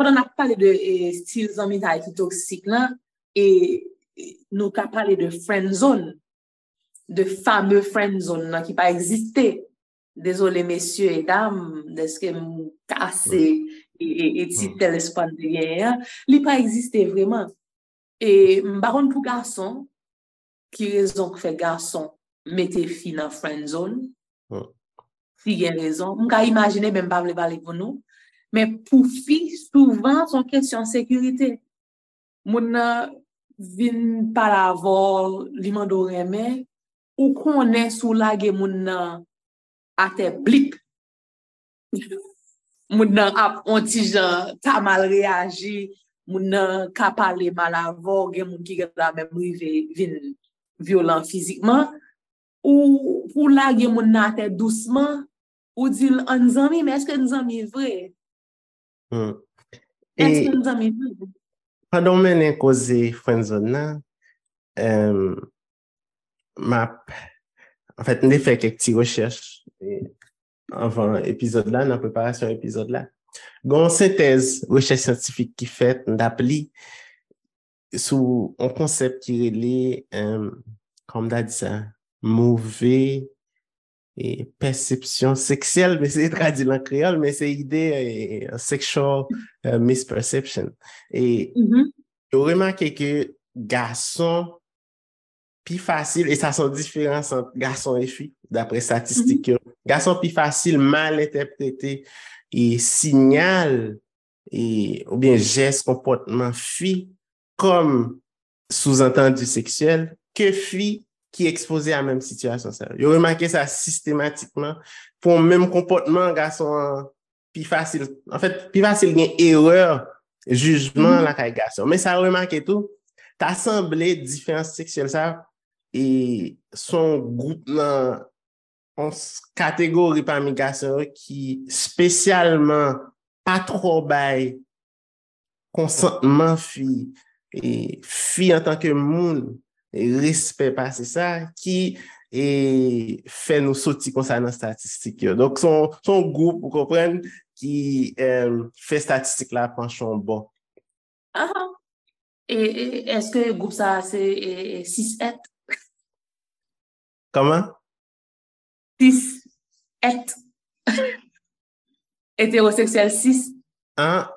pendant qu'on a parlé de style amis qui toxique là, et nous avons parlé de friend zone, de fameux friend zone là, qui pas existé. Désolé, messieurs et dames, est-ce que vous cassez et titre l'espoir de rien, il pas existé vraiment. Et par contre, pour garçon, qui raison que fait garçon, mettez fille dans friend zone, si il y a raison, on peut imaginer même pas parler pour nous, mais pour fille, souvent, c'est une question de sécurité. Moun vin par avoir limando remè, ou connaît sous la ge moun à te blip. Moun ap on ti jan ta mal réagi, moun ka parler mal avant, gen moun ki la même rive vin violent physiquement, ou pour la ge moun na te doucement, ou dit an zami, mais est-ce que nous amis vrai? Est-ce que nous amis vrai? Pendant que cause friendzone en fait, on a fait quelques petites recherches avant l'épisode là, dans la préparation de l'épisode là. Il y a une synthèse recherche scientifique qui fait d'appli sous un concept qui est comme on a dit ça, mauvais et perception sexuelle, mais c'est traduit en créole, mais c'est idée sexual misperception. Et je remarque que garçons plus facile, et ça sont différences entre garçons et filles, d'après statistiques. Garçons plus facile, mal interprété et signal ou bien geste, comportement filles comme sous-entendu sexuel que filles qui exposées à la même situation. J'ai remarqué ça systématiquement pour le même comportement, garçon plus facile. En fait, plus facile, il y a une erreur, jugement, la garçon. Mais ça a remarqué tout. T'as semblé différence sexuelle, ça, et son groupe en catégorie parmi garçons qui spécialement pas trop bail consentement fille et fille en tant que monde et respect passer ça qui et fait nous sortir concernant statistique. Donc son groupe, vous comprenez, qui fait statistique là penchant bon. Et est-ce que le groupe ça c'est 6-8? Comment? 6-8. Hétérosexuel 6. Ah.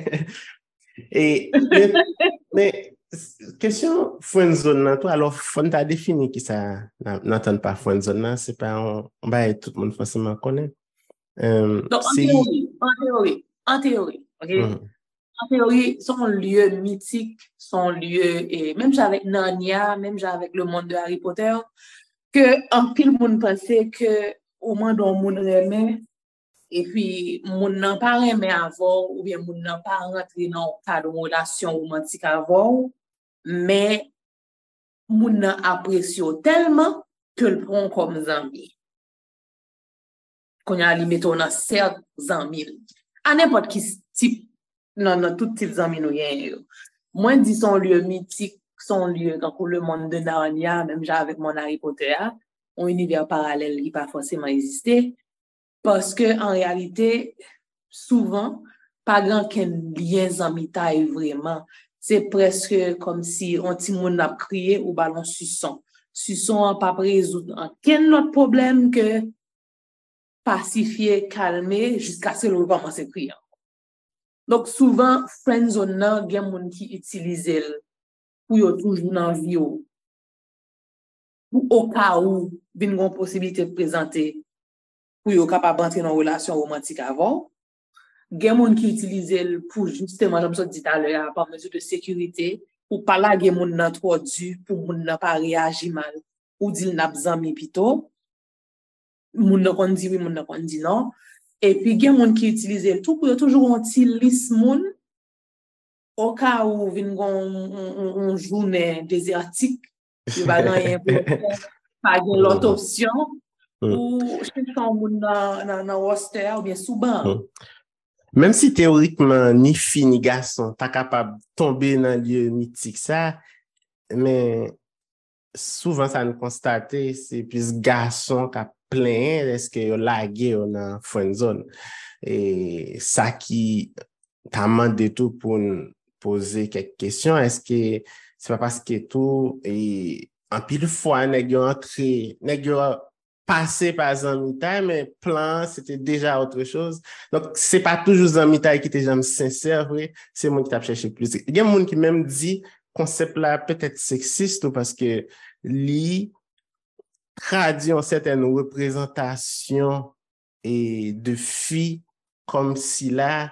mais question friendzone, toi, alors, faut t'a défini qui ça n'entend pas friendzone, c'est pas on va tout le monde forcément connaît. Donc, en théorie, ok? En théorie, son lieu mythique, son lieu, et même avec Narnia, même avec le monde de Harry Potter, que en pile monde pensait que au moins dans le monde remet, et puis monde n'a pas remet avant, ou bien monde n'a pas rentré dans le cadre de relation romantique avant, mais monde n'a apprécié tellement que le prend comme ami. Qu'on a limité dans certains amis. À n'importe qui type, non, tout type d'amis nous y a. Moi, dis son lieu mythique, son lieu dans le monde de Narnia, même avec mon Harry Potter, un univers parallèle qui pas forcément existé, parce que en réalité, souvent, pas grand qu'un lien amitié vraiment. C'est presque comme si on petit monde a crié ou ballon suçon. Suçon pas résoudre quel autre problème que pacifier, calmer, jusqu'à ce que l'on commence à crier. Donc, souvent, friendzone, il y a des gens qui utilisent pour y toujours dans la vie. Au cas où, il y a une possibilité de présenter pour y capable d'entrer dans une relation romantique avant. Il y a des gens qui utilisent pour justement, comme je dit tout à l'heure, par mesure de sécurité, pour pas la des gens trop dur, pour ne pas réagir mal, ou dire n'a pas amis plutôt. Moun nan kon di oui, moun nan kon di non. Et puis, il y a des gens qui utilisent le tout pour toujours un petit liste moun au cas où vin une journée désertique, il va rien pas de l'autre option ou chercher un moun dans roster ou bien souvent. Même si théoriquement ni fille ni garçon pas capable de tomber dans le lieu mythique ça, mais souvent ça nous constate c'est plus garçon qui plein est-ce que yo lagué dans friend zone et ça qui t'as demandé tout pour nous poser quelques questions. Est-ce que c'est pas parce que tout et en pile fois, nèg yo entré, nèg yo passé par Zamita, mais plan, c'était déjà autre chose. Donc, c'est pas toujours Zamita qui était jamais sincère, oui. C'est moi qui t'a cherché plus. Il y a des gens qui même dit, concept là peut-être sexiste ou parce que li traduit en certaines représentations et de filles comme si là,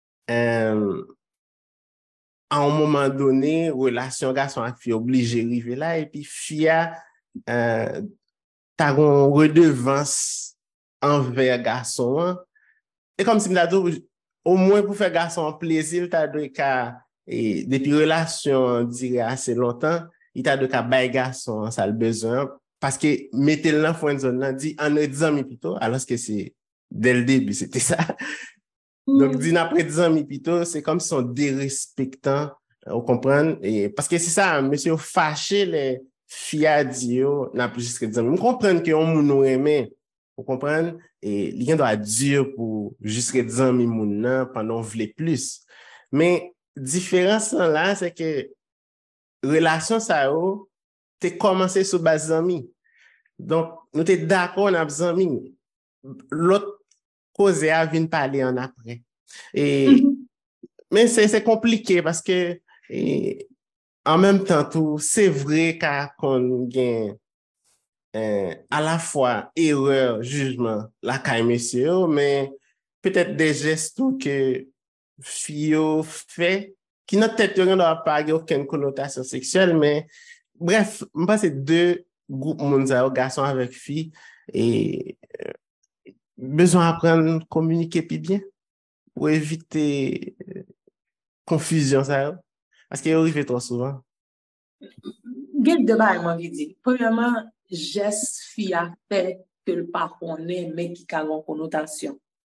à un moment donné, relation garçon à fille obligée d'arriver là, et puis fille a t'as une redevance envers garçon. Hein. Et comme si me dit, au moins pour faire garçon plaisir, t'as deux cas, et depuis relation, on dirait assez longtemps, il t'a deux cas bail garçon, ça le besoin. Parce que mettez le dans friend zone, là, dit en 10 ans plutôt, alors que c'est dès le début, c'était ça. Donc, dit après 10 ans plutôt, c'est comme si on dérespectant, vous comprenez? Et parce que c'est ça, monsieur fâché les filles à dire, n'a plus jusqu'à 10 ans. Vous comprenez qu'on nous aime, vous comprenez? Et l'ien doit dur pour jusqu'à 10 ans pendant on voulait plus. Mais différence là, c'est que relation ça t'es commencé sur base d'amis. Donc, nous t'es d'accord, on a besoin d'amis. L'autre cause a vient parler en après. Et, mais c'est compliqué parce que, en même temps, tout, c'est vrai qu'on gagne à la fois erreur, jugement, la caille monsieur, mais peut-être des gestes que Fio fait, qui n'a peut-être pas aucune connotation sexuelle, mais bref, je pense que c'est deux groupes mondiaux, garçons avec filles, et besoin d'apprendre à communiquer plus bien pour éviter confusion, ça. Parce qu'il arrive trop souvent. Quel débat, moi, je dis. Premièrement, geste fia fait que le pas connaît, mais qui a une connotation.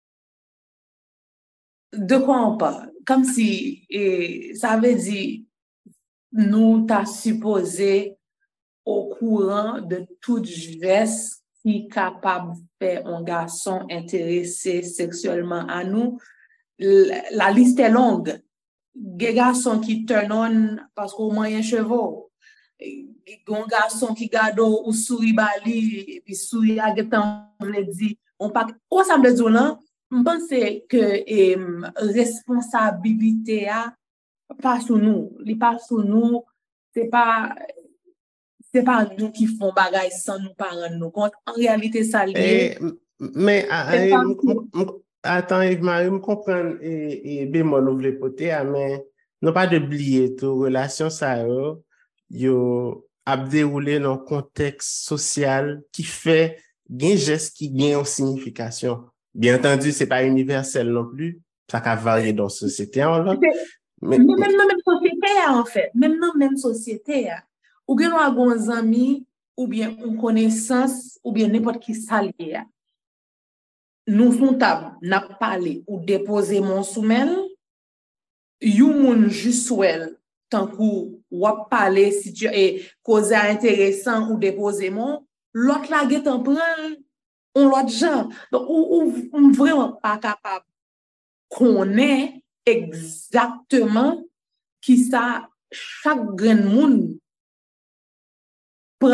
De quoi on parle? Comme si ça veut dire nous t'as supposé au courant de toute geste qui est capable de faire un garçon intéressé sexuellement à nous. La liste est longue. Des garçons qui turn on parce qu'on moyen chevaux. Un garçon qui garde ou souris bali et puis souris à getan me dit on pas quoi ça me dit là je pense que responsabilité a pas sur nous, il pas sur nous, c'est pas nous qui font bagaille sans nous parents nous compte en réalité ça lié mais attends Yves-Marie me comprendre et bémol ouvre les potés mais non pas d'oublier tout relation ça yo a déroulé dans un contexte social qui fait gain geste qui gagne en signification. Bien entendu, c'est pas universel non plus, ça va varier dans la société mais même dans la même société en fait, même dans la même société ou bien un bon ami ou bien une connaissance ou bien n'importe qui s'allie. Nous sommes table, n'a parlé ou déposer mon soumel, you moun juste well tant que ou parler si tu es cause intéressant ou déposer mon l'autre la get en prend on l'autre gens donc ou vraiment pas capable connaît exactement qui ça chaque grand monde pour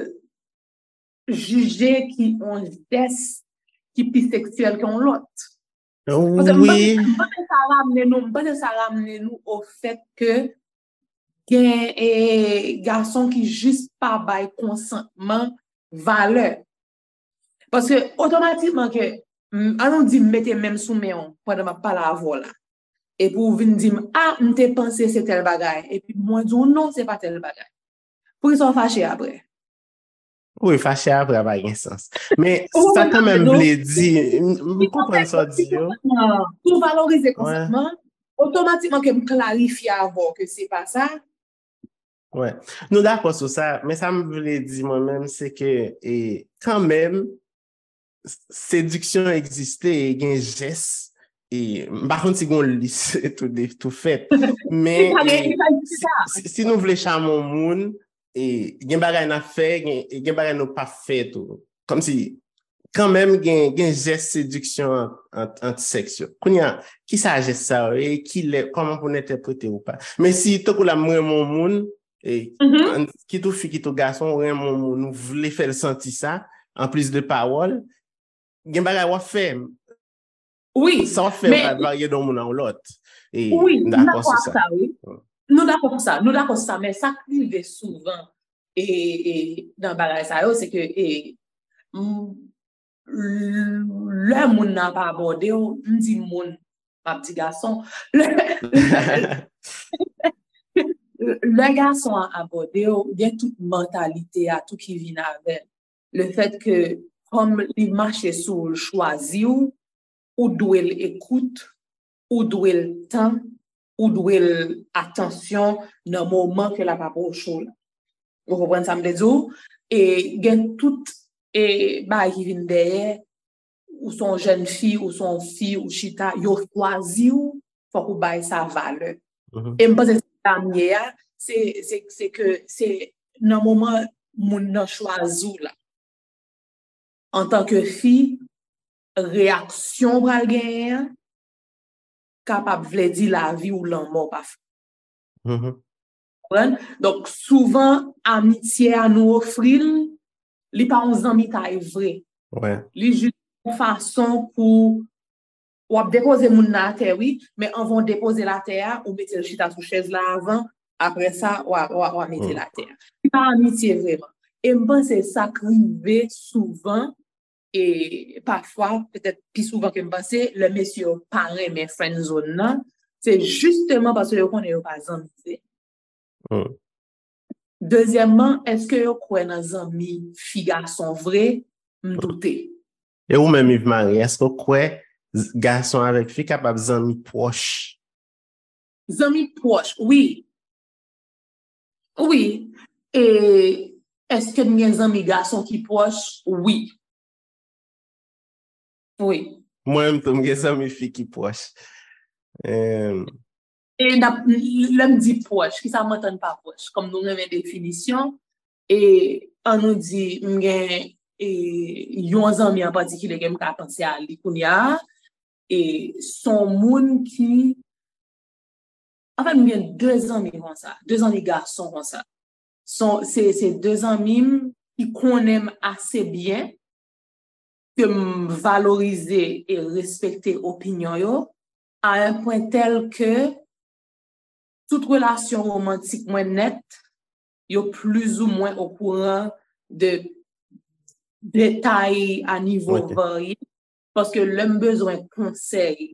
juger qui on geste qui plus sexuel qu'on l'autre. Oui. Ça ramène nous au fait que il y a garçon qui juste pas bail consentement valeur. Parce que automatiquement que on dit mettez même sous méon pendant ma parole à voilà. Et pour venir dire ah m'te pensé c'est tel bagage et puis moi dis non c'est pas tel bagage. Pour ils sont fâchés après. Oui, fâché après n'a pas de sens. Mais ça quand même voulait dire, vous comprenez ça dire. Pour valoriser consentement, automatiquement que me clarifier avant que c'est pas ça. Ouais. Nous d'accord sur ça, mais ça me voulait dire moi-même c'est que et quand même séduction existait et il y a un geste et par contre si on lisse tout fait mais si nous voulons charmer au monde et il y a bagay n'a fait et il y a bagay n'a pas fait tout comme si quand même gen geste séduction entre sexe. Kounya, qui ça geste ça et comment pour l'interpréter ou pas. Mais si tout la mon moun et qui tout fille qui tout garçon mon moun nous voulait faire sentir ça en plus de paroles, gen bagay wa fait. Oui, ça fait varier d'un moun à l'autre. Et oui, d'accord sur ça. Oui. Nous d'accord pour ça, mais ça arrive souvent et dans bagay ça c'est que le moun n'a pas abordé, on dit moun, ma petit garçon, le garçon a abordé, il y a toute mentalité, à tout qui vient avec. Le fait que, comme il marche sur le choisi, ou doit l'écoute, ou doit le temps, ou doit l'attention dans le moment que la papa au chaud. Vous comprenez ça, me dire? Et il y a tout et bah qui vient derrière ou son jeune fille ou son fille ou chita yo choisi ou faut qu'on baille sa valeur et me pense c'est que c'est dans moment moun nan choisi là en tant que fille réaction pral gen capable vle di la vie ou la mort pas donc souvent amitié à nous offrir li pa on zami ta vrai. Ouais. Li juste une façon pour ou déposer moun na terre oui, mais on va déposer la terre ou mettre le chita sous chaise là avant, après ça ou mettre la terre. C'est pas amitié vraiment. Et je pense que ça arrive souvent et parfois peut-être plus souvent que je pense le monsieur paraît mes friend zone là, c'est justement parce que on est pas amis. Deuxièmement, est-ce que vous croyez dans les amis, filles, garçons vrais? M'douter. Et ou même Yves-Marie, est-ce que vous croyez garçons avec filles capables d'amis proches? Amis proches, oui. Oui. Et est-ce que nous avons amis garçons qui proches? Oui. Oui. Moi-même, j'ai des amis filles qui proches. Et l'homme dit proche, qui ça m'entend pas proche, comme nous avons une définition, et on nous dit, yon ami en particulier, qui m'a pensé à l'Ikounia, et son moun qui, en fait, nous avons deux amis comme ça, deux amis garçons comme ça. C'est deux amis qui connaissent assez bien, que valoriser et respecter l'opinion yo, à un point tel que toute relation romantique moins nette, yo plus ou moins au courant de détails à niveau varié, parce que l'homme besoin de conseil,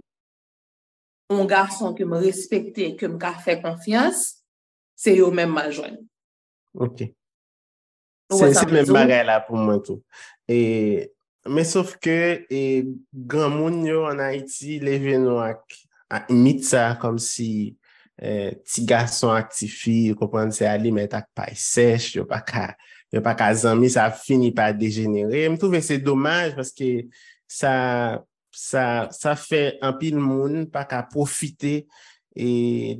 un garçon que me respecte, que me fait confiance, c'est yo même ma joindre. Ok. C'est même bagay là pour moi tout. Mais sauf que grand moun yo en Haïti levé nou à imite ça comme si petit garçon actifi, vous comprenez, c'est aller mettre à paille sèche, yo pas qu'à zami, ça finit par dégénérer. Je trouve que c'est dommage parce que ça fait un pile moun pas qu'à profiter et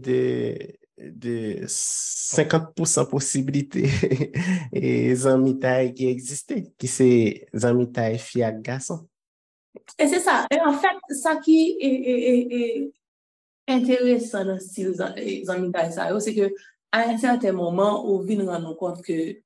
de 50% possibilité et zamitaille qui existait, qui c'est zamitaille fille à garçon. Et c'est ça. Et en fait, ça qui est intéressant dans ce style zamitaille ça, c'est que à un certain moment, on vient rendre compte que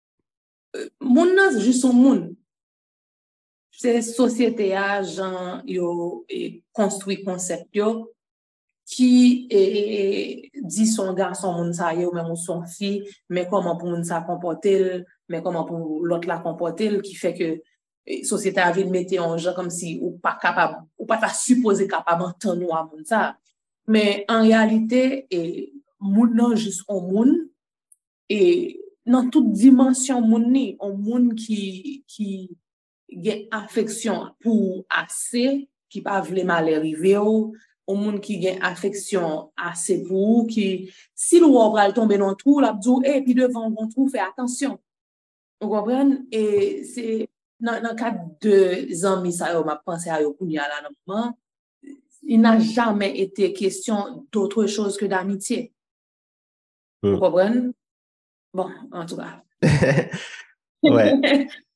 moun nan c'est juste son moun. C'est société à gens yo construit concept yo qui dit son garçon moun sa yo même son fille mais comment pour moun sa comporter mais comment pour l'autre la comporter qui fait que société a vite mettre en gens comme si ou pas capable ou pas supposé capable entendre à moun ça mais en réalité moun nan juste un moun et dans toute dimension moun ni un moun qui gen affection pour assez qui pas vle mal arriver au monde qui gen affection assez pour qui si le ou va tomber dans trou la dou et puis devant bon trou fait attention vous comprenez et c'est dans cadre de amis ça m'a pensé à yo kounya là moment il n'a jamais été question d'autre chose que d'amitié vous comprenez bon en tout cas ouais